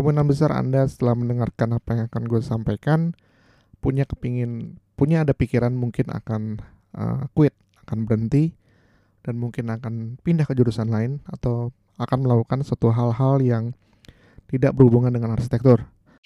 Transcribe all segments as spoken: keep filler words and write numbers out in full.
Kemungkinan besar Anda setelah mendengarkan apa yang akan gue sampaikan punya kepingin, punya ada pikiran mungkin akan uh, quit, akan berhenti, dan mungkin akan pindah ke jurusan lain atau akan melakukan suatu hal-hal yang tidak berhubungan dengan arsitektur.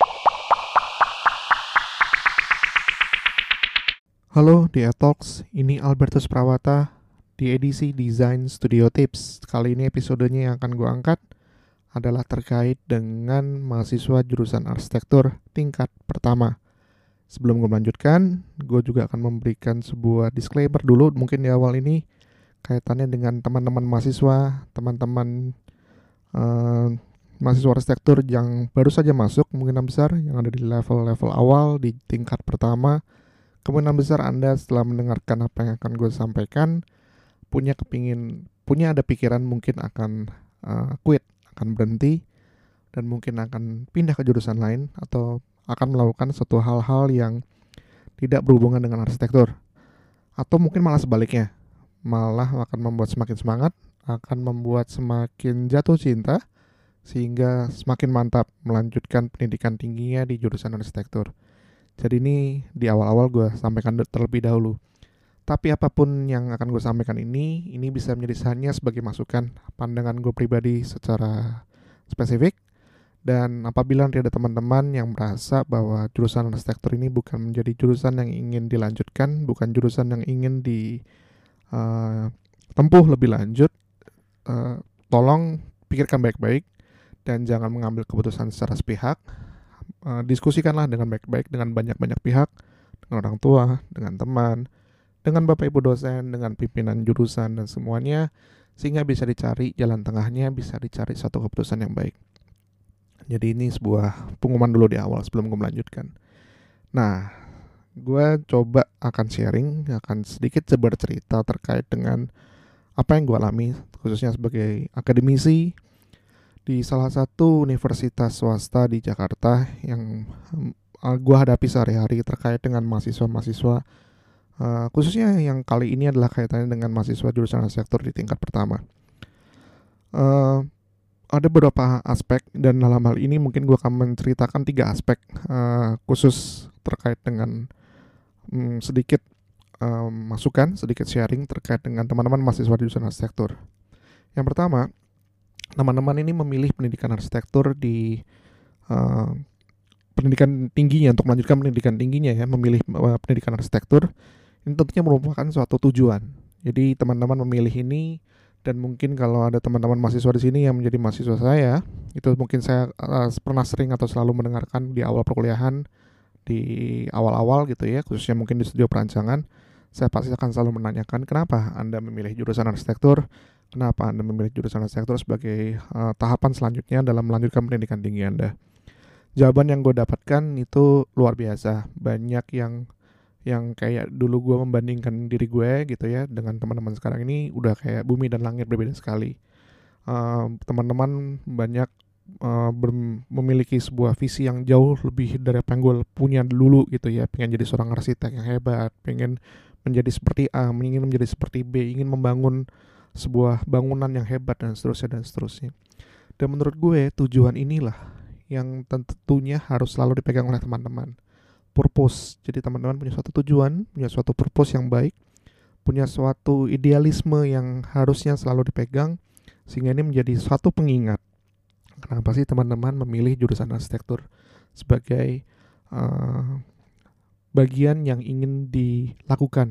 Halo di Talks, ini Albertus Prawata di edisi Design Studio Tips. Kali ini episodenya yang akan gue angkat adalah terkait dengan mahasiswa jurusan arsitektur tingkat pertama. Sebelum gue melanjutkan, gue juga akan memberikan sebuah disclaimer dulu mungkin di awal ini kaitannya dengan teman-teman mahasiswa, teman-teman uh, mahasiswa arsitektur yang baru saja masuk, kemungkinan besar yang ada di level-level awal di tingkat pertama. Kemungkinan besar Anda setelah mendengarkan apa yang akan gue sampaikan punya kepingin, punya ada pikiran mungkin akan uh, quit, akan berhenti, dan mungkin akan pindah ke jurusan lain atau akan melakukan suatu hal-hal yang tidak berhubungan dengan arsitektur. Atau mungkin malah sebaliknya, malah akan membuat semakin semangat, akan membuat semakin jatuh cinta, sehingga semakin mantap melanjutkan pendidikan tingginya di jurusan arsitektur. Jadi ini di awal-awal gue sampaikan terlebih dahulu. Tapi apapun yang akan gue sampaikan ini, ini bisa menjadi hanya sebagai masukan pandangan gue pribadi secara spesifik. Dan apabila nanti ada teman-teman yang merasa bahwa jurusan arsitektur ini bukan menjadi jurusan yang ingin dilanjutkan, bukan jurusan yang ingin ditempuh uh, lebih lanjut, uh, tolong pikirkan baik-baik dan jangan mengambil keputusan secara sepihak. Uh, diskusikanlah dengan baik-baik dengan banyak-banyak pihak, dengan orang tua, dengan teman, dengan bapak ibu dosen, dengan pimpinan jurusan dan semuanya, sehingga bisa dicari jalan tengahnya, bisa dicari satu keputusan yang baik. Jadi ini sebuah pengumuman dulu di awal sebelum gue melanjutkan. Nah, gue coba akan sharing, akan sedikit bercerita terkait dengan apa yang gue alami, khususnya sebagai akademisi di salah satu universitas swasta di Jakarta yang gue hadapi sehari-hari terkait dengan mahasiswa-mahasiswa, uh, khususnya yang kali ini adalah kaitannya dengan mahasiswa jurusan arsitektur di tingkat pertama. Uh, ada beberapa aspek dan dalam hal ini mungkin gue akan menceritakan tiga aspek uh, khusus terkait dengan um, sedikit um, masukan, sedikit sharing terkait dengan teman-teman mahasiswa jurusan arsitektur. Yang pertama, teman-teman ini memilih pendidikan arsitektur di uh, pendidikan tingginya, untuk melanjutkan pendidikan tingginya ya, memilih uh, pendidikan arsitektur. Ini tentunya merupakan suatu tujuan. Jadi teman-teman memilih ini, dan mungkin kalau ada teman-teman mahasiswa di sini yang menjadi mahasiswa saya, itu mungkin saya uh, pernah sering atau selalu mendengarkan di awal perkuliahan, di awal-awal gitu ya, khususnya mungkin di studio perancangan, saya pasti akan selalu menanyakan kenapa Anda memilih jurusan arsitektur. Kenapa Anda memilih jurusan arsitektur sebagai uh, tahapan selanjutnya dalam melanjutkan pendidikan tinggi Anda? Jawaban yang gue dapatkan itu luar biasa. Banyak yang yang kayak dulu gue membandingkan diri gue gitu ya dengan teman-teman sekarang ini udah kayak bumi dan langit, berbeda sekali. Uh, teman-teman banyak uh, ber- memiliki sebuah visi yang jauh lebih dari apa yang gue punya dulu gitu ya. Pengen jadi seorang arsitek yang hebat, pengen menjadi seperti A, ingin menjadi seperti B, ingin membangun sebuah bangunan yang hebat dan seterusnya dan seterusnya. Dan menurut gue tujuan inilah yang tentunya harus selalu dipegang oleh teman-teman. Purpose. Jadi teman-teman punya suatu tujuan, punya suatu purpose yang baik, punya suatu idealisme yang harusnya selalu dipegang, sehingga ini menjadi suatu pengingat. Kenapa sih teman-teman memilih jurusan arsitektur sebagai uh, bagian yang ingin dilakukan?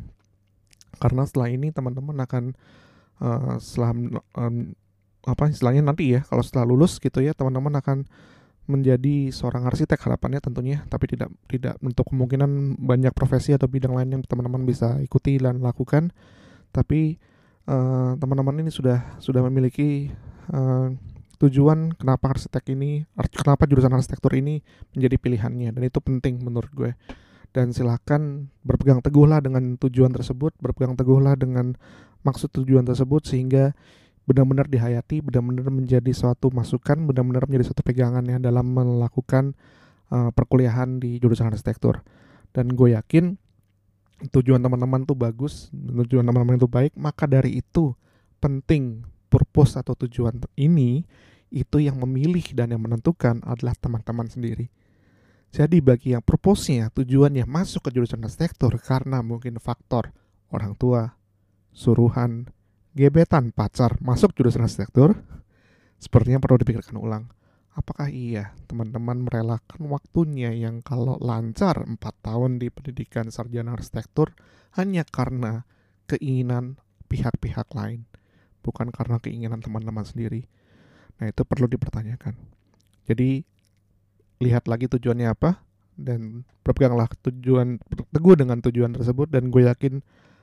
Karena setelah ini teman-teman akan Uh, setelah um, apa istilahnya nanti ya, kalau setelah lulus gitu ya, teman-teman akan menjadi seorang arsitek harapannya tentunya, tapi tidak tidak untuk kemungkinan banyak profesi atau bidang lain yang teman-teman bisa ikuti dan lakukan. Tapi uh, teman-teman ini sudah sudah memiliki uh, tujuan kenapa arsitek ini, kenapa jurusan arsitektur ini menjadi pilihannya, dan itu penting menurut gue. Dan silakan berpegang teguhlah dengan tujuan tersebut, berpegang teguhlah dengan maksud tujuan tersebut, sehingga benar-benar dihayati, benar-benar menjadi suatu masukan, benar-benar menjadi suatu pegangan ya dalam melakukan uh, perkuliahan di jurusan arsitektur. Dan gue yakin tujuan teman-teman tuh bagus, tujuan teman-teman itu baik, maka dari itu penting purpose atau tujuan ini itu yang memilih dan yang menentukan adalah teman-teman sendiri. Jadi bagi yang purpose-nya, tujuannya masuk ke jurusan arsitektur karena mungkin faktor orang tua, suruhan, gebetan, pacar masuk jurusan arsitektur, sepertinya perlu dipikirkan ulang. Apakah iya teman-teman merelakan waktunya yang kalau lancar empat tahun di pendidikan sarjana arsitektur hanya karena keinginan pihak-pihak lain, bukan karena keinginan teman-teman sendiri. Nah, itu perlu dipertanyakan. Jadi lihat lagi tujuannya apa dan berpeganglah tujuan, teguh dengan tujuan tersebut, dan gue yakin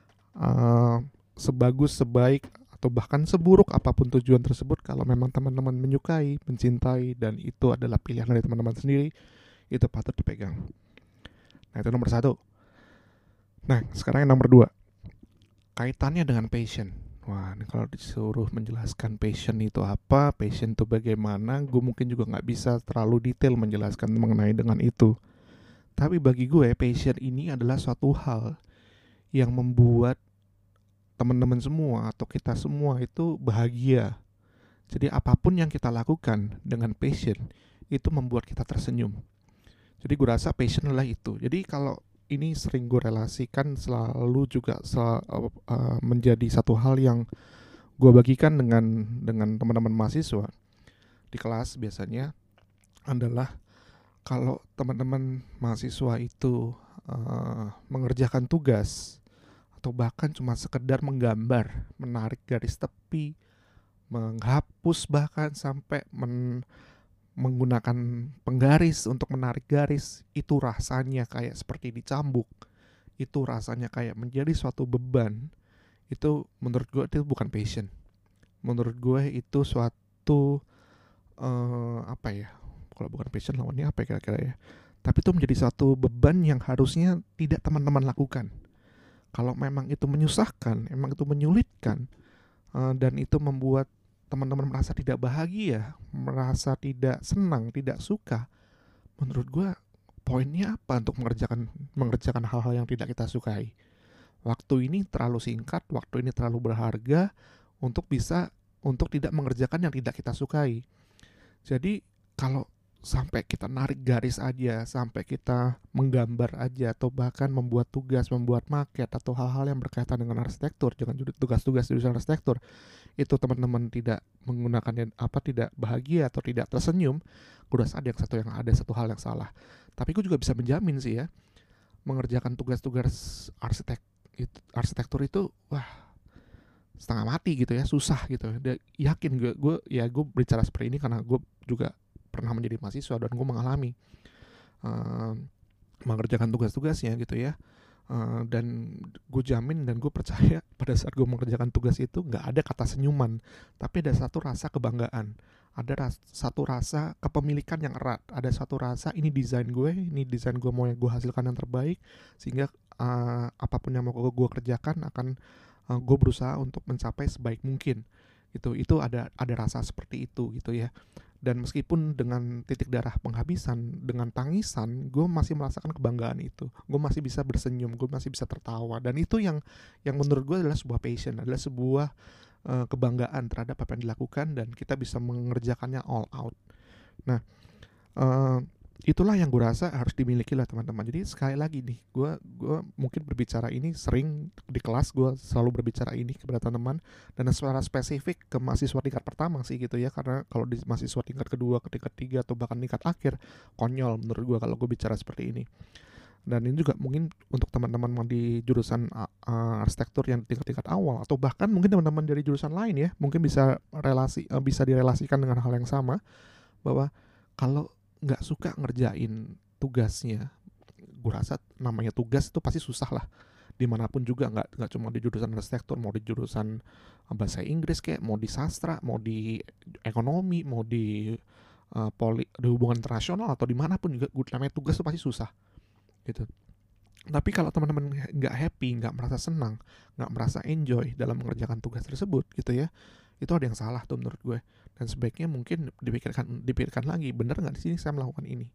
uh, sebagus, sebaik atau bahkan seburuk apapun tujuan tersebut, kalau memang teman-teman menyukai, mencintai, dan itu adalah pilihan dari teman-teman sendiri, itu patut dipegang. Nah, itu nomor satu. Nah, sekarang yang nomor dua, kaitannya dengan passion. Wah, ini kalau disuruh menjelaskan passion itu apa, passion itu bagaimana, gue mungkin juga gak bisa terlalu detail menjelaskan mengenai dengan itu. Tapi bagi gue, passion ini adalah suatu hal yang membuat teman-teman semua atau kita semua itu bahagia. Jadi apapun yang kita lakukan dengan passion, itu membuat kita tersenyum. Jadi gue rasa passion adalah itu. Jadi kalau ini sering gue relasikan selalu juga sel, uh, menjadi satu hal yang gue bagikan dengan dengan teman-teman mahasiswa di kelas biasanya adalah kalau teman-teman mahasiswa itu uh, mengerjakan tugas atau bahkan cuma sekedar menggambar, menarik garis tepi, menghapus bahkan sampai men menggunakan penggaris untuk menarik garis, itu rasanya kayak seperti dicambuk, itu rasanya kayak menjadi suatu beban. Itu menurut gue itu bukan passion. Menurut gue itu suatu uh, apa ya, kalau bukan passion lawannya apa ya kira-kira ya, tapi itu menjadi suatu beban yang harusnya tidak teman-teman lakukan. Kalau memang itu menyusahkan, memang itu menyulitkan, uh, dan itu membuat teman-teman merasa tidak bahagia, merasa tidak senang, tidak suka, menurut gue poinnya apa untuk mengerjakan mengerjakan hal-hal yang tidak kita sukai? Waktu ini terlalu singkat, waktu ini terlalu berharga untuk bisa untuk tidak mengerjakan yang tidak kita sukai. Jadi kalau sampai kita narik garis aja, sampai kita menggambar aja, atau bahkan membuat tugas, membuat maket, atau hal-hal yang berkaitan dengan arsitektur, jangan tugas-tugas jurusan arsitektur, itu teman-teman tidak menggunakannya apa, tidak bahagia atau tidak tersenyum, gue rasa ada yang satu yang ada satu hal yang salah. Tapi gue juga bisa menjamin sih ya, mengerjakan tugas-tugas arsitek itu, arsitektur itu wah setengah mati gitu ya, susah gitu. Dia yakin gue, gue ya gue bicara seperti ini karena gue juga pernah menjadi mahasiswa dan gue mengalami uh, mengerjakan tugas-tugasnya gitu ya. Uh, dan gue jamin dan gue percaya pada saat gue mengerjakan tugas itu nggak ada kata senyuman, tapi ada satu rasa kebanggaan, ada ras- satu rasa kepemilikan yang erat, ada satu rasa ini desain gue, ini desain gue mau yang gue hasilkan yang terbaik, sehingga uh, apapun yang mau gue, gue kerjakan akan uh, gue berusaha untuk mencapai sebaik mungkin gitu. Itu ada ada rasa seperti itu gitu ya. Dan meskipun dengan titik darah penghabisan, dengan tangisan, gue masih merasakan kebanggaan itu. Gue masih bisa bersenyum, gue masih bisa tertawa. Dan itu yang yang menurut gue adalah sebuah passion, adalah sebuah uh, kebanggaan terhadap apa yang dilakukan dan kita bisa mengerjakannya all out. Nah, uh, itulah yang gue rasa harus dimiliki lah teman-teman. Jadi sekali lagi nih, gue gue mungkin berbicara ini sering di kelas, gue selalu berbicara ini kepada teman-teman dan secara spesifik ke mahasiswa tingkat pertama sih gitu ya, karena kalau di mahasiswa tingkat kedua, tingkat tiga atau bahkan tingkat akhir konyol menurut gue kalau gue bicara seperti ini. Dan ini juga mungkin untuk teman-teman di jurusan uh, arsitektur yang tingkat-tingkat awal atau bahkan mungkin teman-teman dari jurusan lain ya, mungkin bisa relasi uh, bisa direlasikan dengan hal yang sama, bahwa kalau nggak suka ngerjain tugasnya, gue rasa namanya tugas itu pasti susah lah dimanapun juga, nggak nggak cuma di jurusan arsitektur, mau di jurusan bahasa Inggris kayak, mau di sastra, mau di ekonomi, mau di uh, poli, di hubungan internasional atau dimanapun juga, gue namanya tugas itu pasti susah gitu. Tapi kalau teman-teman nggak happy, nggak merasa senang, nggak merasa enjoy dalam mengerjakan tugas tersebut gitu ya, itu ada yang salah tuh menurut gue. Dan sebaiknya mungkin dipikirkan dipikirkan lagi, benar nggak di sini saya melakukan ini.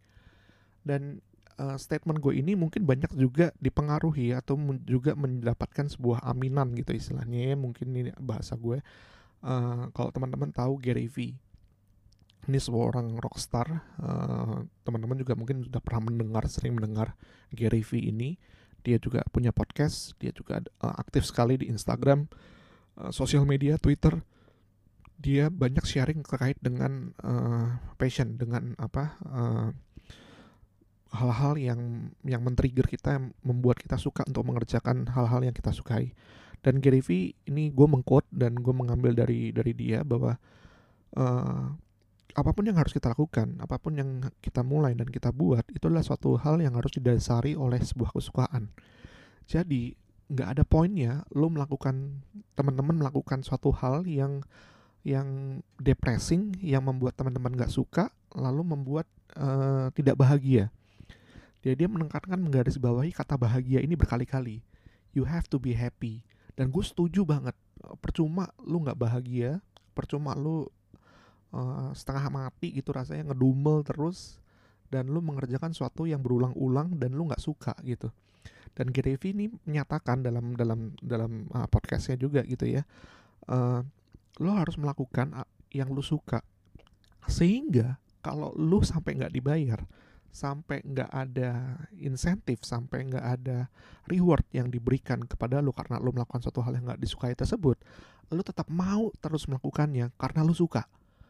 Dan uh, statement gue ini mungkin banyak juga dipengaruhi atau men- juga mendapatkan sebuah aminan gitu istilahnya ya, mungkin ini bahasa gue. Uh, kalau teman-teman tahu Gary V, Ini seorang rockstar. Uh, teman-teman juga mungkin sudah pernah mendengar, sering mendengar Gary V ini. Dia juga punya podcast, dia juga uh, aktif sekali di Instagram, uh, sosial media, Twitter. Dia banyak sharing terkait dengan uh, passion, dengan apa uh, hal-hal yang yang men-trigger kita, yang membuat kita suka untuk mengerjakan hal-hal yang kita sukai. Dan Gary V ini gue mengquote dan gue mengambil dari dari dia bahwa uh, apapun yang harus kita lakukan, apapun yang kita mulai dan kita buat, itu adalah suatu hal yang harus didasari oleh sebuah kesukaan. Jadi nggak ada poinnya lo melakukan, teman-teman melakukan suatu hal yang yang depressing, yang membuat teman-teman nggak suka, lalu membuat uh, tidak bahagia. Jadi dia menekankan, menggarisbawahi kata bahagia ini berkali-kali. You have to be happy. Dan gue setuju banget. Percuma lu nggak bahagia, percuma lu Uh, setengah mati gitu rasanya, ngedumel terus, dan lu mengerjakan sesuatu yang berulang-ulang dan lu nggak suka gitu. Dan Gary V ini menyatakan dalam dalam dalam uh, podcastnya juga gitu ya, uh, lu harus melakukan uh, yang lu suka, sehingga kalau lu sampai nggak dibayar, sampai nggak ada insentif, sampai nggak ada reward yang diberikan kepada lu karena lu melakukan suatu hal yang nggak disukai tersebut, lu tetap mau terus melakukannya karena lu suka.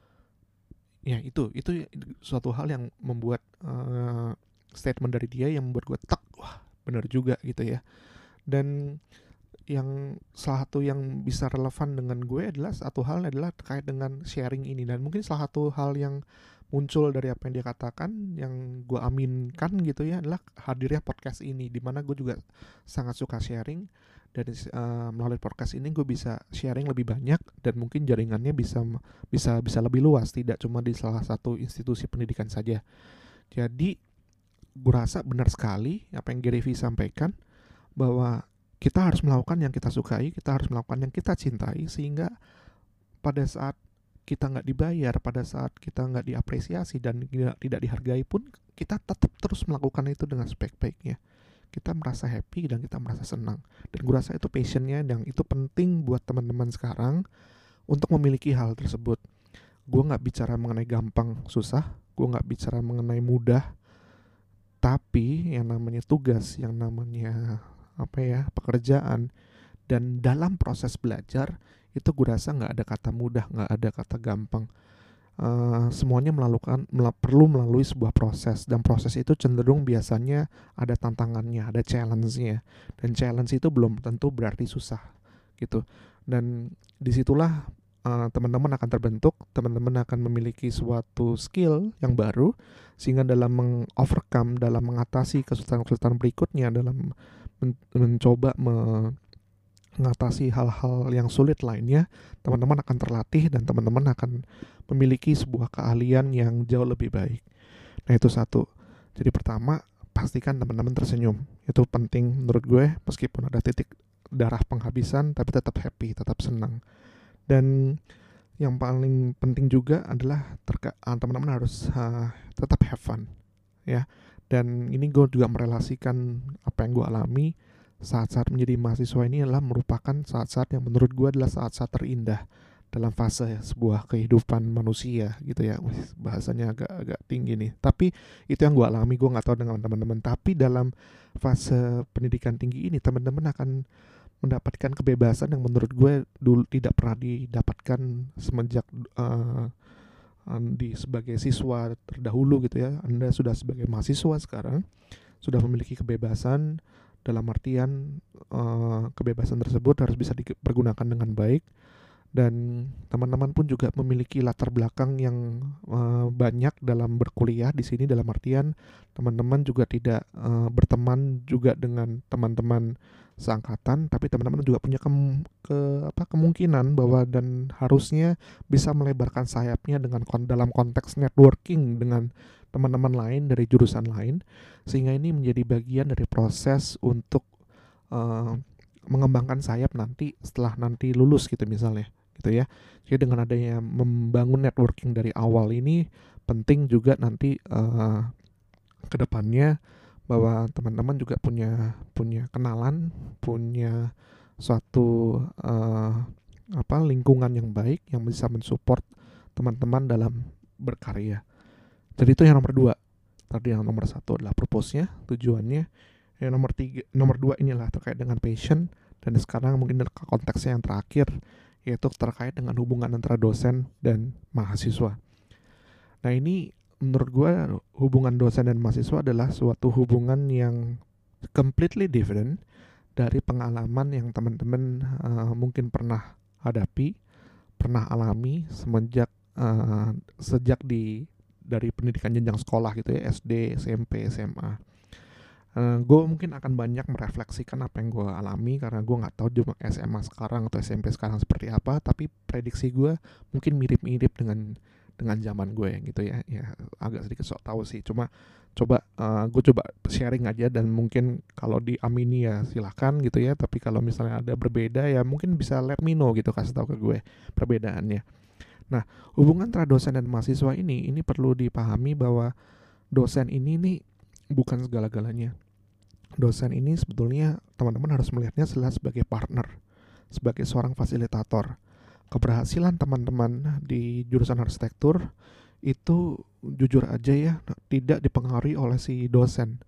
Ya itu itu suatu hal yang membuat uh, statement dari dia yang membuat gue tak, wah benar juga gitu ya. Dan yang salah satu yang bisa relevan dengan gue adalah satu hal adalah terkait dengan sharing ini. Dan mungkin salah satu hal yang muncul dari apa yang dia katakan, yang gue aminkan gitu ya, adalah hadirnya podcast ini, dimana gue juga sangat suka sharing. Dan uh, melalui podcast ini gue bisa sharing lebih banyak, dan mungkin jaringannya bisa bisa bisa lebih luas, tidak cuma di salah satu institusi pendidikan saja. Jadi gue rasa benar sekali apa yang Gary V sampaikan, bahwa kita harus melakukan yang kita sukai, kita harus melakukan yang kita cintai, sehingga pada saat kita nggak dibayar, pada saat kita nggak diapresiasi dan tidak, tidak dihargai pun, kita tetap terus melakukan itu dengan sebaik-baiknya. Kita merasa happy dan kita merasa senang. Dan gue rasa itu passionnya, dan itu penting buat teman-teman sekarang untuk memiliki hal tersebut. Gue gak bicara mengenai gampang, susah. Gue gak bicara mengenai mudah. Tapi yang namanya tugas, yang namanya apa ya, pekerjaan, dan dalam proses belajar, itu gue rasa gak ada kata mudah, gak ada kata gampang. Uh, semuanya melalukan, mel- perlu melalui sebuah proses, dan proses itu cenderung biasanya ada tantangannya, ada challenge-nya, dan challenge itu belum tentu berarti susah gitu. Dan disitulah uh, teman-teman akan terbentuk, teman-teman akan memiliki suatu skill yang baru, sehingga dalam meng-overcome, dalam mengatasi kesulitan-kesulitan berikutnya, dalam men- mencoba me- mengatasi hal-hal yang sulit lainnya, teman-teman akan terlatih dan teman-teman akan memiliki sebuah keahlian yang jauh lebih baik. Nah itu satu. Jadi pertama, pastikan teman-teman tersenyum. Itu penting menurut gue, meskipun ada titik darah penghabisan, tapi tetap happy, tetap senang. Dan yang paling penting juga adalah terka- teman-teman harus uh, tetap have fun ya. Dan ini gue juga merelasikan apa yang gue alami. Saat-saat menjadi mahasiswa ini adalah merupakan saat-saat yang menurut gue adalah saat-saat terindah dalam fase sebuah kehidupan manusia gitu ya. Wih, bahasanya agak-agak tinggi nih. Tapi itu yang gue alami, gue gak tahu dengan teman-teman. Tapi dalam fase pendidikan tinggi ini, teman-teman akan mendapatkan kebebasan yang menurut gue dulu tidak pernah didapatkan semenjak uh, di sebagai siswa terdahulu gitu ya. Anda sudah sebagai mahasiswa sekarang, sudah memiliki kebebasan. Dalam artian uh, kebebasan tersebut harus bisa dipergunakan dengan baik, dan teman-teman pun juga memiliki latar belakang yang uh, banyak dalam berkuliah di sini. Dalam artian teman-teman juga tidak uh, berteman juga dengan teman-teman seangkatan, tapi teman-teman juga punya ke, ke apa kemungkinan bahwa dan harusnya bisa melebarkan sayapnya dengan kon, dalam konteks networking dengan teman-teman lain dari jurusan lain, sehingga ini menjadi bagian dari proses untuk uh, mengembangkan sayap nanti setelah nanti lulus gitu misalnya gitu ya. Jadi dengan adanya membangun networking dari awal ini penting juga nanti uh, kedepannya, bahwa teman-teman juga punya punya kenalan, punya suatu uh, apa lingkungan yang baik yang bisa mensupport teman-teman dalam berkarya. Jadi itu yang nomor dua. Tadi yang nomor satu adalah purpose-nya, tujuannya. Yang nomor tiga, nomor dua inilah terkait dengan passion. Dan sekarang mungkin konteksnya yang terakhir, yaitu terkait dengan hubungan antara dosen dan mahasiswa. Nah ini menurut gue hubungan dosen dan mahasiswa adalah suatu hubungan yang completely different dari pengalaman yang teman-teman uh, mungkin pernah hadapi, pernah alami semenjak uh, sejak di dari pendidikan jenjang sekolah gitu ya, S D, S M P, S M A. Uh, gue mungkin akan banyak merefleksikan apa yang gue alami karena gue nggak tahu cuma S M A sekarang atau S M P sekarang seperti apa, tapi prediksi gue mungkin mirip-mirip dengan dengan zaman gue gitu ya. Ya agak sedikit sok tahu sih, cuma coba uh, gue coba sharing aja dan mungkin kalau diamini ya silahkan gitu ya, tapi kalau misalnya ada berbeda ya mungkin bisa let me know gitu, kasih tahu ke gue perbedaannya. Nah, hubungan antara dosen dan mahasiswa ini ini perlu dipahami bahwa dosen ini nih bukan segala-galanya. Dosen ini sebetulnya teman-teman harus melihatnya sebagai partner, sebagai seorang fasilitator. Keberhasilan teman-teman di jurusan arsitektur itu jujur aja ya tidak dipengaruhi oleh si dosen.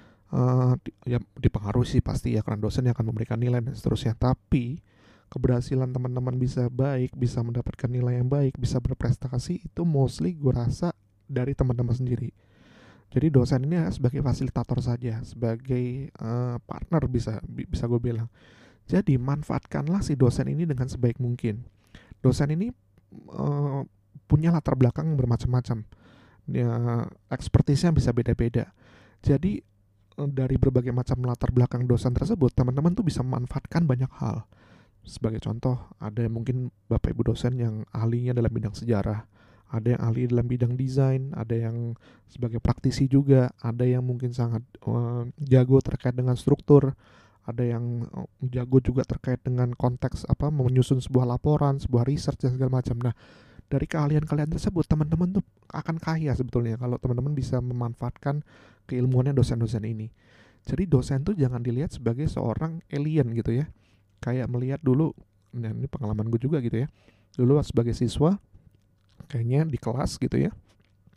Uh, ya dipengaruhi sih pasti ya karena dosen yang akan memberikan nilai dan seterusnya. Tapi keberhasilan teman-teman bisa baik, bisa mendapatkan nilai yang baik, bisa berprestasi itu mostly gue rasa dari teman-teman sendiri. Jadi dosen ini sebagai fasilitator saja, sebagai uh, partner bisa bisa gue bilang. Jadi manfaatkanlah si dosen ini dengan sebaik mungkin. Dosen ini uh, punya latar belakang bermacam-macam, ya, ekspertisnya bisa beda-beda. Jadi uh, dari berbagai macam latar belakang dosen tersebut, teman-teman tuh bisa memanfaatkan banyak hal. Sebagai contoh, ada mungkin Bapak Ibu dosen yang ahlinya dalam bidang sejarah, ada yang ahli dalam bidang desain, ada yang sebagai praktisi juga, ada yang mungkin sangat uh, jago terkait dengan struktur, ada yang uh, jago juga terkait dengan konteks apa menyusun sebuah laporan, sebuah research dan segala macam. Nah, dari keahlian-keahlian tersebut teman-teman tuh akan kaya sebetulnya kalau teman-teman bisa memanfaatkan keilmuannya dosen-dosen ini. Jadi dosen tuh jangan dilihat sebagai seorang alien gitu ya. Kayak melihat dulu, nah ini pengalaman gue juga gitu ya. Dulu sebagai siswa, kayaknya di kelas gitu ya,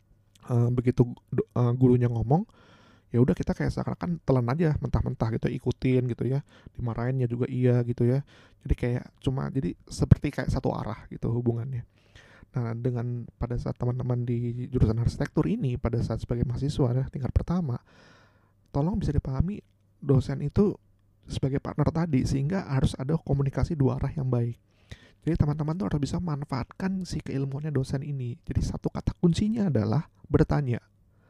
uh, begitu uh, gurunya ngomong, ya udah kita kayak seakan-akan telan aja, mentah-mentah gitu, ikutin gitu ya. Dimarahinnya juga iya gitu ya. Jadi kayak cuma jadi seperti kayak satu arah gitu hubungannya. Nah dengan pada saat teman-teman di jurusan arsitektur ini, pada saat sebagai mahasiswa tingkat pertama, tolong bisa dipahami dosen itu sebagai partner tadi, sehingga harus ada komunikasi dua arah yang baik. Jadi teman-teman tuh harus bisa manfaatkan si keilmuannya dosen ini. Jadi satu kata kuncinya adalah bertanya.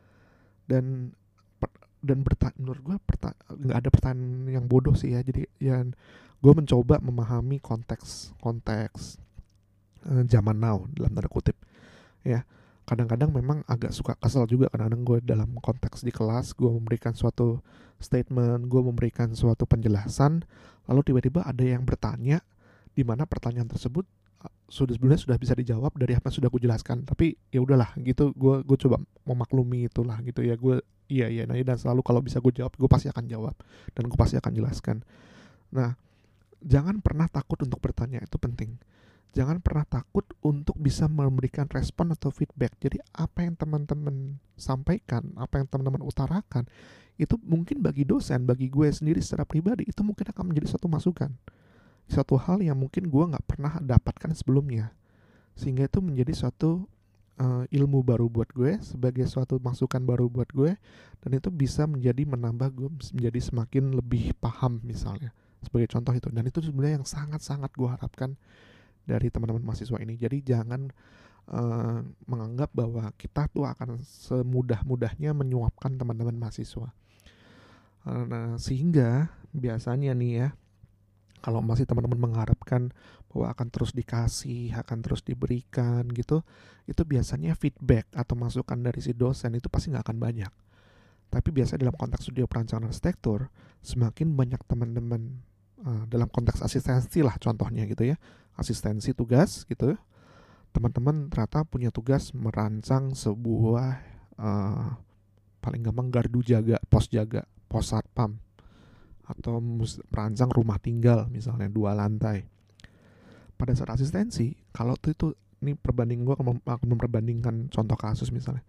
Dan dan bertanya, menurut gue nggak ada pertanyaan yang bodoh sih ya. Jadi ya gue mencoba memahami konteks konteks uh, zaman now dalam tanda kutip ya. Kadang-kadang memang agak suka kesel juga, kadang-kadang gue dalam konteks di kelas gue memberikan suatu statement, gue memberikan suatu penjelasan, lalu tiba-tiba ada yang bertanya di mana pertanyaan tersebut sudah sebenarnya sudah bisa dijawab dari apa yang sudah gue jelaskan, tapi ya udahlah gitu, gue gue coba memaklumi itulah gitu ya, gue iya iya nah dan selalu kalau bisa gue jawab gue pasti akan jawab dan gue pasti akan jelaskan. Nah jangan pernah takut untuk bertanya, itu penting. Jangan pernah takut untuk bisa memberikan respon atau feedback. Jadi apa yang teman-teman sampaikan, apa yang teman-teman utarakan, itu mungkin bagi dosen, bagi gue sendiri secara pribadi, itu mungkin akan menjadi suatu masukan. Suatu hal yang mungkin gue gak pernah dapatkan sebelumnya. Sehingga itu menjadi suatu uh, ilmu baru buat gue, sebagai suatu masukan baru buat gue, dan itu bisa menjadi menambah gue menjadi semakin lebih paham misalnya. Sebagai contoh itu. Dan itu sebenarnya yang sangat-sangat gue harapkan dari teman-teman mahasiswa ini. Jadi jangan uh, menganggap bahwa kita tuh akan semudah-mudahnya menyuapkan teman-teman mahasiswa. Uh, nah, sehingga biasanya nih ya, kalau masih teman-teman mengharapkan bahwa akan terus dikasih, akan terus diberikan gitu, itu biasanya feedback atau masukan dari si dosen itu pasti nggak akan banyak. Tapi biasanya dalam konteks studio perancangan arsitektur, semakin banyak teman-teman uh, dalam konteks asistensi lah contohnya gitu ya, asistensi tugas gitu, teman-teman ternyata punya tugas merancang sebuah uh, paling gampang gardu jaga, pos jaga, pos satpam, atau merancang rumah tinggal misalnya dua lantai. Pada saat asistensi, kalau itu ini perbanding gue akan, mem- akan memperbandingkan contoh kasus misalnya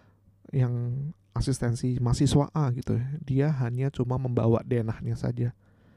yang asistensi mahasiswa A gitu ya, dia hanya cuma membawa denahnya saja.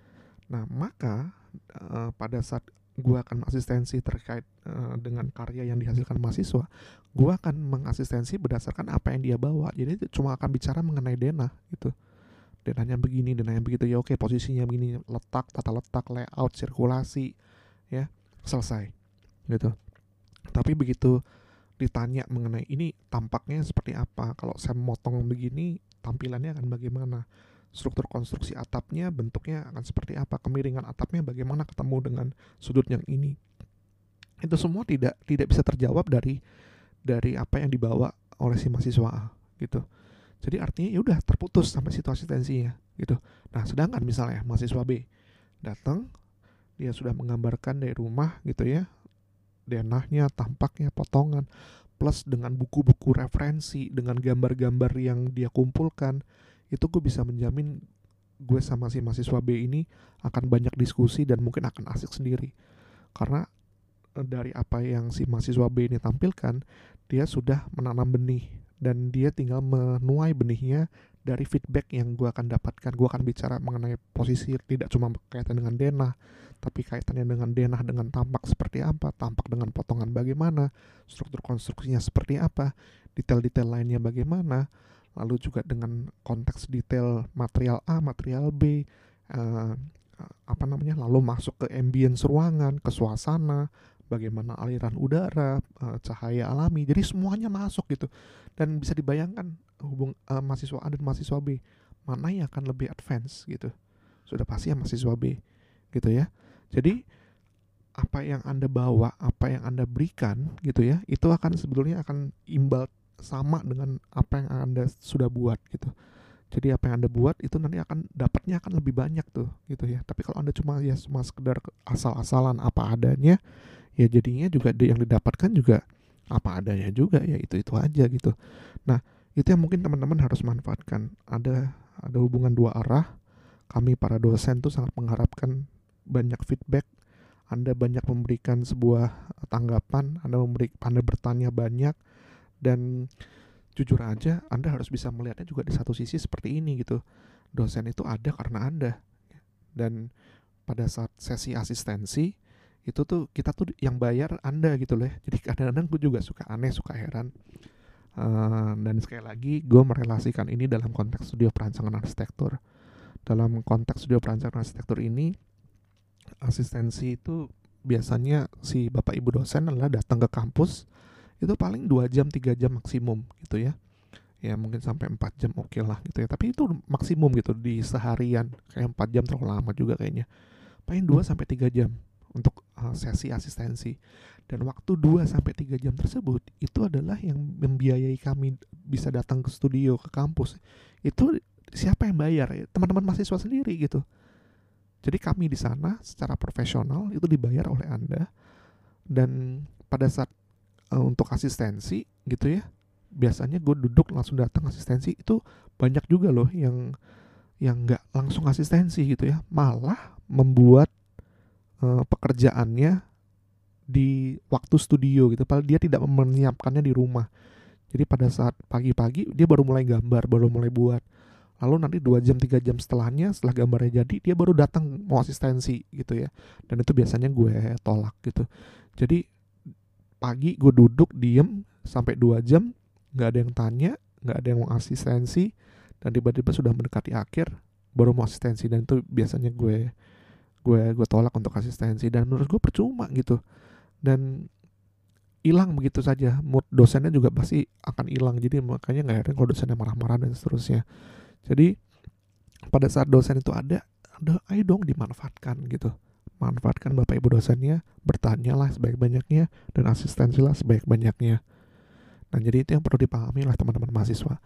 Nah maka uh, pada saat gue akan asistensi terkait uh, dengan karya yang dihasilkan mahasiswa, gue akan mengasistensi berdasarkan apa yang dia bawa. Jadi cuma akan bicara mengenai denah gitu. Denahnya begini, denahnya begitu, ya oke, posisinya begini, letak, tata letak, layout, sirkulasi, ya selesai gitu. Tapi begitu ditanya mengenai ini tampaknya seperti apa, kalau saya motong begini tampilannya akan bagaimana, struktur konstruksi atapnya bentuknya akan seperti apa, kemiringan atapnya bagaimana ketemu dengan sudut yang ini, itu semua tidak tidak bisa terjawab dari dari apa yang dibawa oleh si mahasiswa A gitu. Jadi artinya ya udah terputus sampai situ asistensinya gitu. Nah sedangkan misalnya mahasiswa B datang, dia sudah menggambarkan dari rumah gitu ya, denahnya, tampaknya, potongan, plus dengan buku-buku referensi, dengan gambar-gambar yang dia kumpulkan, itu gue bisa menjamin gue sama si mahasiswa B ini akan banyak diskusi dan mungkin akan asik sendiri. Karena dari apa yang si mahasiswa B ini tampilkan, dia sudah menanam benih dan dia tinggal menuai benihnya dari feedback yang gue akan dapatkan. Gue akan bicara mengenai posisi tidak cuma kaitan dengan denah, tapi kaitannya dengan denah dengan tampak seperti apa, tampak dengan potongan bagaimana, struktur konstruksinya seperti apa, detail-detail lainnya bagaimana, lalu juga dengan konteks detail material A, material B, uh, apa namanya, lalu masuk ke ambience ruangan, ke suasana, bagaimana aliran udara, uh, cahaya alami, jadi semuanya masuk gitu. Dan bisa dibayangkan hubung uh, mahasiswa A dan mahasiswa B mana yang akan lebih advance gitu, sudah pasti ya mahasiswa B gitu ya. Jadi apa yang Anda bawa, apa yang Anda berikan gitu ya, itu akan sebetulnya akan imbal sama dengan apa yang Anda sudah buat gitu. Jadi apa yang Anda buat itu nanti akan dapatnya akan lebih banyak tuh gitu ya. Tapi kalau Anda cuma ya cuma sekedar asal-asalan apa adanya, ya jadinya juga yang didapatkan juga apa adanya juga, ya itu-itu aja gitu. Nah, itu yang mungkin teman-teman harus manfaatkan. Ada ada hubungan dua arah. Kami para dosen tuh sangat mengharapkan banyak feedback. Anda banyak memberikan sebuah tanggapan, Anda memberi, Anda bertanya banyak, dan jujur aja Anda harus bisa melihatnya juga di satu sisi seperti ini gitu. Dosen itu ada karena Anda. Dan pada saat sesi asistensi itu tuh kita tuh yang bayar Anda gitu loh ya. Jadi kadang-kadang gue juga suka aneh, suka heran. Uh, dan sekali lagi gue merelasikan ini dalam konteks studio perancangan arsitektur. Dalam konteks studio perancangan arsitektur ini, asistensi itu biasanya si bapak ibu dosen adalah datang ke kampus itu paling dua jam tiga jam maksimum gitu ya. Ya mungkin sampai empat jam oke okay lah gitu ya. Tapi itu maksimum gitu di seharian. Kayak empat jam terlalu lama juga kayaknya. Paling dua sampai tiga jam untuk uh, sesi asistensi. Dan waktu dua sampai tiga jam tersebut itu adalah yang membiayai kami bisa datang ke studio, ke kampus. Itu siapa yang bayar? Teman-teman mahasiswa sendiri gitu. Jadi kami di sana secara profesional itu dibayar oleh Anda. Dan pada saat uh, untuk asistensi gitu ya, biasanya gue duduk langsung datang asistensi, itu banyak juga loh yang yang nggak langsung asistensi gitu ya, malah membuat uh, pekerjaannya di waktu studio gitu, padahal dia tidak menyiapkannya di rumah. Jadi pada saat pagi-pagi dia baru mulai gambar, baru mulai buat, lalu nanti dua jam tiga jam setelahnya, setelah gambarnya jadi, dia baru datang mau asistensi gitu ya. Dan itu biasanya gue tolak gitu. Jadi pagi gue duduk diem sampai dua jam, nggak ada yang tanya, nggak ada yang mau asistensi, dan tiba-tiba sudah mendekati akhir baru mau asistensi. Dan itu biasanya gue gue gue tolak untuk asistensi, dan menurut gue percuma gitu. Dan hilang begitu saja, mood dosennya juga pasti akan hilang. Jadi makanya nggak heran kalau dosennya marah-marah dan seterusnya. Jadi pada saat dosen itu ada, ada ayo dong dimanfaatkan gitu. Manfaatkan bapak ibu dosennya, bertanyalah sebaik-banyaknya, dan asistensilah sebaik-banyaknya. Nah jadi itu yang perlu dipahami oleh teman-teman mahasiswa.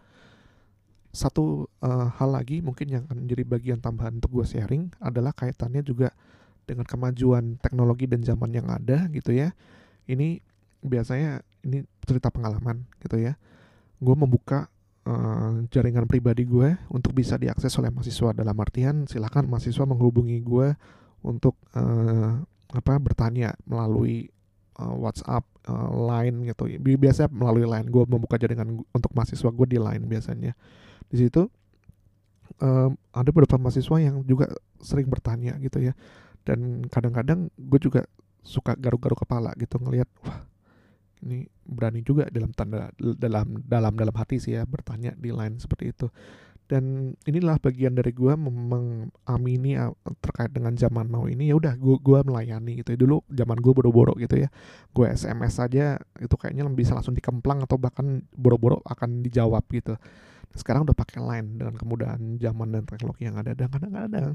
Satu uh, hal lagi mungkin yang akan menjadi bagian tambahan untuk gue sharing adalah kaitannya juga dengan kemajuan teknologi dan zaman yang ada gitu ya. Ini biasanya ini cerita pengalaman gitu ya. Gue membuka uh, jaringan pribadi gue untuk bisa diakses oleh mahasiswa, dalam artian silakan mahasiswa menghubungi gue untuk uh, apa bertanya melalui uh, WhatsApp, uh, Line gitu. Biasanya melalui Line, gue membuka jaringan untuk mahasiswa gue di Line biasanya. Di situ um, ada beberapa mahasiswa yang juga sering bertanya gitu ya, dan kadang-kadang gue juga suka garuk-garuk kepala gitu ngelihat, wah ini berani juga dalam tanda dalam dalam dalam hati sih ya bertanya di Line seperti itu. Dan inilah bagian dari gue mengamini terkait dengan zaman now ini. Ya udah gue gue melayani gitu ya. Dulu zaman gue boro-boro gitu ya, gue S M S aja itu kayaknya bisa langsung dikemplang atau bahkan boro-boro akan dijawab gitu. Sekarang udah pakai Line dengan kemudahan zaman dan teknologi yang ada. Dan kadang-kadang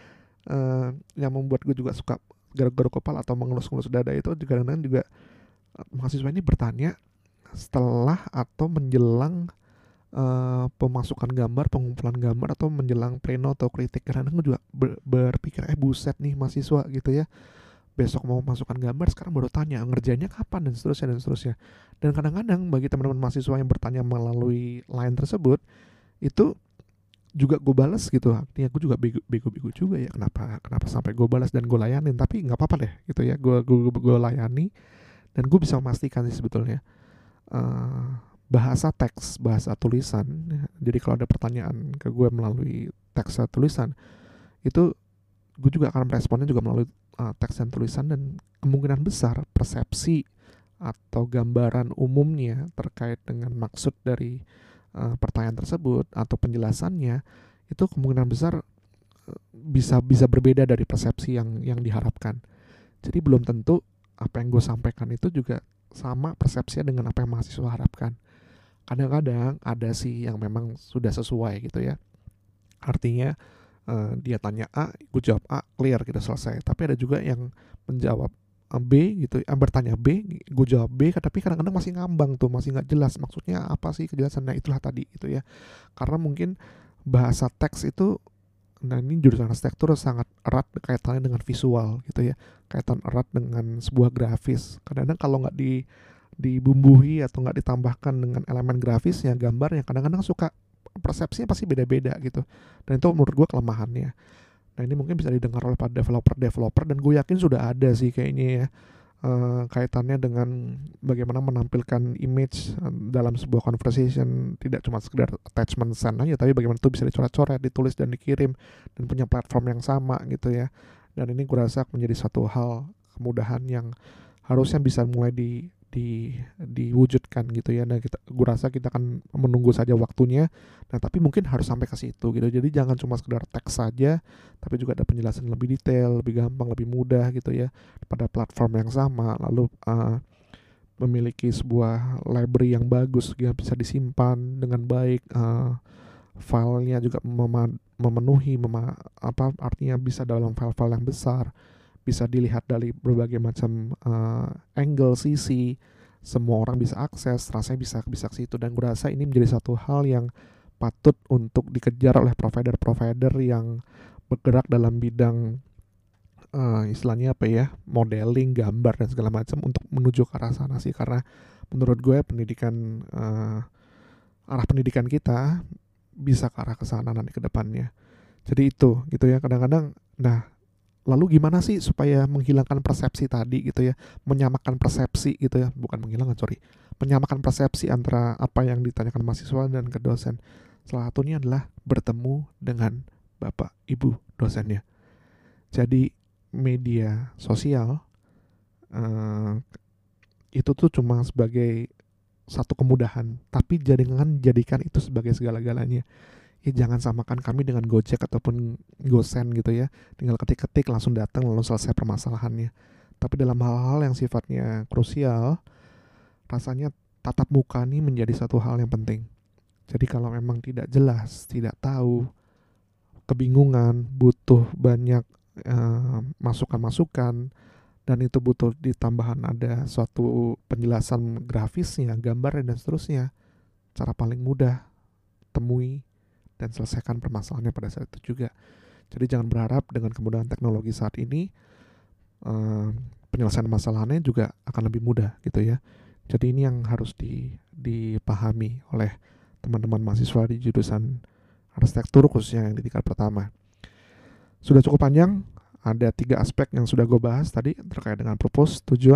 uh, yang membuat gue juga suka garuk-garuk kepala atau mengelus-ngelus dada itu juga kadang-kadang juga uh, mahasiswa ini bertanya setelah atau menjelang Uh, pemasukan gambar, pengumpulan gambar atau menjelang pleno atau kritik. Karena gue juga ber, berpikir eh buset nih mahasiswa gitu ya, besok mau masukkan gambar sekarang baru tanya ngerjainnya kapan dan seterusnya dan seterusnya. Dan kadang-kadang bagi teman-teman mahasiswa yang bertanya melalui Line tersebut itu juga gue balas gitu. Artinya gue juga bego-bego juga ya, kenapa kenapa sampai gue balas dan gue layanin. Tapi nggak apa-apa deh gitu ya, gue gue gue layani dan gue bisa memastikan sih sebetulnya uh, bahasa teks, bahasa tulisan. Jadi kalau ada pertanyaan ke gue melalui teks atau tulisan, itu gue juga akan meresponnya juga melalui uh, teks dan tulisan. Dan kemungkinan besar persepsi atau gambaran umumnya terkait dengan maksud dari uh, pertanyaan tersebut atau penjelasannya itu kemungkinan besar uh, bisa bisa berbeda dari persepsi yang yang diharapkan. Jadi belum tentu apa yang gue sampaikan itu juga sama persepsinya dengan apa yang mahasiswa harapkan. Kadang-kadang ada sih yang memang sudah sesuai gitu ya. Artinya uh, dia tanya A, gue jawab A, clear gitu selesai. Tapi ada juga yang menjawab uh, B gitu, uh, bertanya B, gue jawab B, tapi kadang-kadang masih ngambang tuh, masih nggak jelas maksudnya apa sih kejelasannya. Itulah tadi gitu ya. Karena mungkin bahasa teks itu, nah ini jurusan arsitektur sangat erat kaitannya dengan visual gitu ya, kaitan erat dengan sebuah grafis. Kadang-kadang kalau nggak di dibumbuhi atau nggak ditambahkan dengan elemen grafisnya, gambarnya kadang-kadang suka persepsinya pasti beda-beda gitu. Dan itu menurut gue kelemahannya. Nah ini mungkin bisa didengar oleh para developer-developer, dan gue yakin sudah ada sih kayaknya ya uh, kaitannya dengan bagaimana menampilkan image dalam sebuah conversation, tidak cuma sekedar attachment send aja, tapi bagaimana itu bisa dicoret-coret, ditulis dan dikirim, dan punya platform yang sama gitu ya. Dan ini gue rasa menjadi satu hal kemudahan yang harusnya bisa mulai di di diwujudkan gitu ya. Nah kita, gue rasa kita akan menunggu saja waktunya. Nah tapi mungkin harus sampai ke situ gitu. Jadi jangan cuma sekedar teks saja, tapi juga ada penjelasan lebih detail, lebih gampang, lebih mudah gitu ya, pada platform yang sama. Lalu uh, memiliki sebuah library yang bagus yang bisa disimpan dengan baik, uh, filenya juga mem- memenuhi mema- apa artinya bisa dalam file-file yang besar, bisa dilihat dari berbagai macam uh, angle, sisi, semua orang bisa akses, rasanya bisa bisa ke situ. Dan gue rasa ini menjadi satu hal yang patut untuk dikejar oleh provider-provider yang bergerak dalam bidang uh, istilahnya apa ya, modeling, gambar dan segala macam, untuk menuju ke arah sana sih. Karena menurut gue pendidikan uh, arah pendidikan kita bisa ke arah kesana nanti ke depannya. Jadi itu gitu ya kadang-kadang. Nah lalu gimana sih supaya menghilangkan persepsi tadi gitu ya, menyamakan persepsi gitu ya, bukan menghilangkan, sorry, menyamakan persepsi antara apa yang ditanyakan mahasiswa dan ke dosen. Salah satunya adalah bertemu dengan bapak ibu dosennya. Jadi media sosial uh, itu tuh cuma sebagai satu kemudahan, tapi jangan jadikan itu sebagai segala-galanya. Ya jangan samakan kami dengan Gojek ataupun Gosen gitu ya, tinggal ketik-ketik langsung datang lalu selesai permasalahannya. Tapi dalam hal-hal yang sifatnya krusial, rasanya tatap muka ini menjadi satu hal yang penting. Jadi kalau memang tidak jelas, tidak tahu, kebingungan, butuh banyak uh, masukan-masukan, dan itu butuh ditambahan ada suatu penjelasan grafisnya, gambarnya dan seterusnya, cara paling mudah temui dan selesaikan permasalahannya pada saat itu juga. Jadi jangan berharap dengan kemudahan teknologi saat ini uh, penyelesaian masalahnya juga akan lebih mudah gitu ya. Jadi ini yang harus di, dipahami oleh teman-teman mahasiswa di jurusan arsitektur khususnya yang di tingkat pertama. Sudah cukup panjang, ada tiga aspek yang sudah gue bahas tadi terkait dengan purpose, tujuan,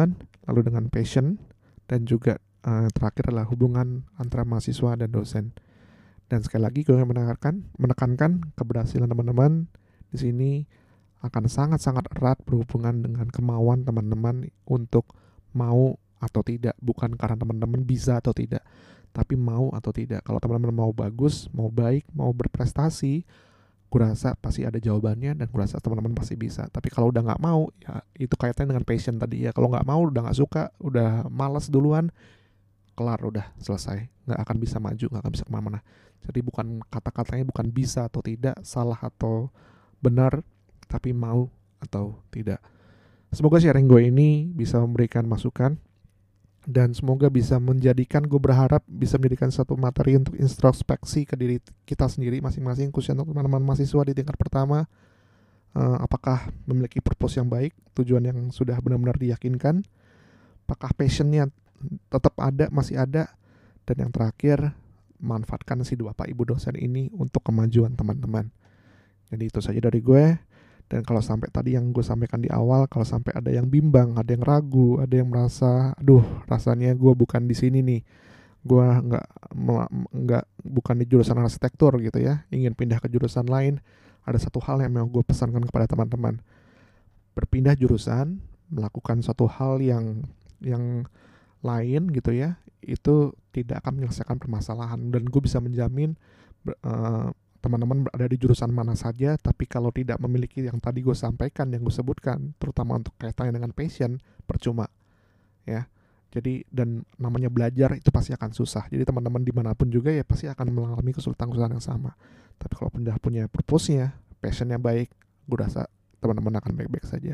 lalu dengan passion, dan juga uh, terakhir adalah hubungan antara mahasiswa dan dosen. Dan sekali lagi gue menekankan, menekankan keberhasilan teman-teman di sini akan sangat-sangat erat berhubungan dengan kemauan teman-teman untuk mau atau tidak, bukan karena teman-teman bisa atau tidak, tapi mau atau tidak. Kalau teman-teman mau bagus, mau baik, mau berprestasi, gue rasa pasti ada jawabannya, dan gue rasa teman-teman pasti bisa. Tapi kalau udah nggak mau, ya itu kaitannya dengan passion tadi ya. Kalau nggak mau, udah nggak suka, udah malas duluan, kelar, udah selesai, nggak akan bisa maju, nggak akan bisa kemana-mana. Jadi bukan kata-katanya bukan bisa atau tidak, salah atau benar, tapi mau atau tidak. Semoga sharing gue ini bisa memberikan masukan, dan semoga bisa menjadikan, gue berharap bisa menjadikan satu materi untuk introspeksi ke diri kita sendiri masing-masing, khususnya untuk teman-teman mahasiswa di tingkat pertama. uh, Apakah memiliki purpose yang baik, tujuan yang sudah benar-benar diyakinkan, apakah passionnya tetap ada, masih ada, dan yang terakhir, manfaatkan si dua Bapak Ibu dosen ini untuk kemajuan teman-teman. Jadi itu saja dari gue. Dan kalau sampai tadi yang gue sampaikan di awal, kalau sampai ada yang bimbang, ada yang ragu, ada yang merasa, aduh rasanya gue bukan di sini nih, gue nggak nggak bukan di jurusan arsitektur gitu ya, ingin pindah ke jurusan lain, ada satu hal yang mau gue pesankan kepada teman-teman: berpindah jurusan, melakukan suatu hal yang yang lain gitu ya, itu tidak akan menyelesaikan permasalahan. Dan gue bisa menjamin uh, teman-teman berada di jurusan mana saja, tapi kalau tidak memiliki yang tadi gue sampaikan, yang gue sebutkan, terutama untuk kaitannya dengan passion, percuma ya. Jadi, dan namanya belajar itu pasti akan susah. Jadi teman-teman dimanapun juga ya pasti akan mengalami kesulitan-kesulitan yang sama. Tapi kalau udah punya purpose-nya, passion-nya baik, gue rasa teman-teman akan baik-baik saja.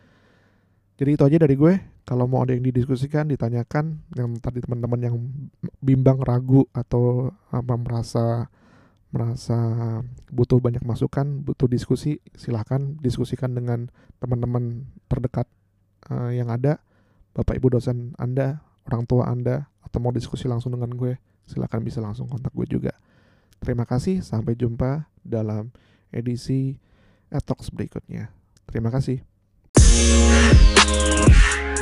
Jadi itu aja dari gue. Kalau mau ada yang didiskusikan, ditanyakan, yang tadi teman-teman yang bimbang, ragu, atau apa merasa merasa butuh banyak masukan, butuh diskusi, silahkan diskusikan dengan teman-teman terdekat uh, yang ada, Bapak Ibu dosen Anda, orang tua Anda, atau mau diskusi langsung dengan gue, silahkan bisa langsung kontak gue juga. Terima kasih, sampai jumpa dalam edisi Etox berikutnya. Terima kasih.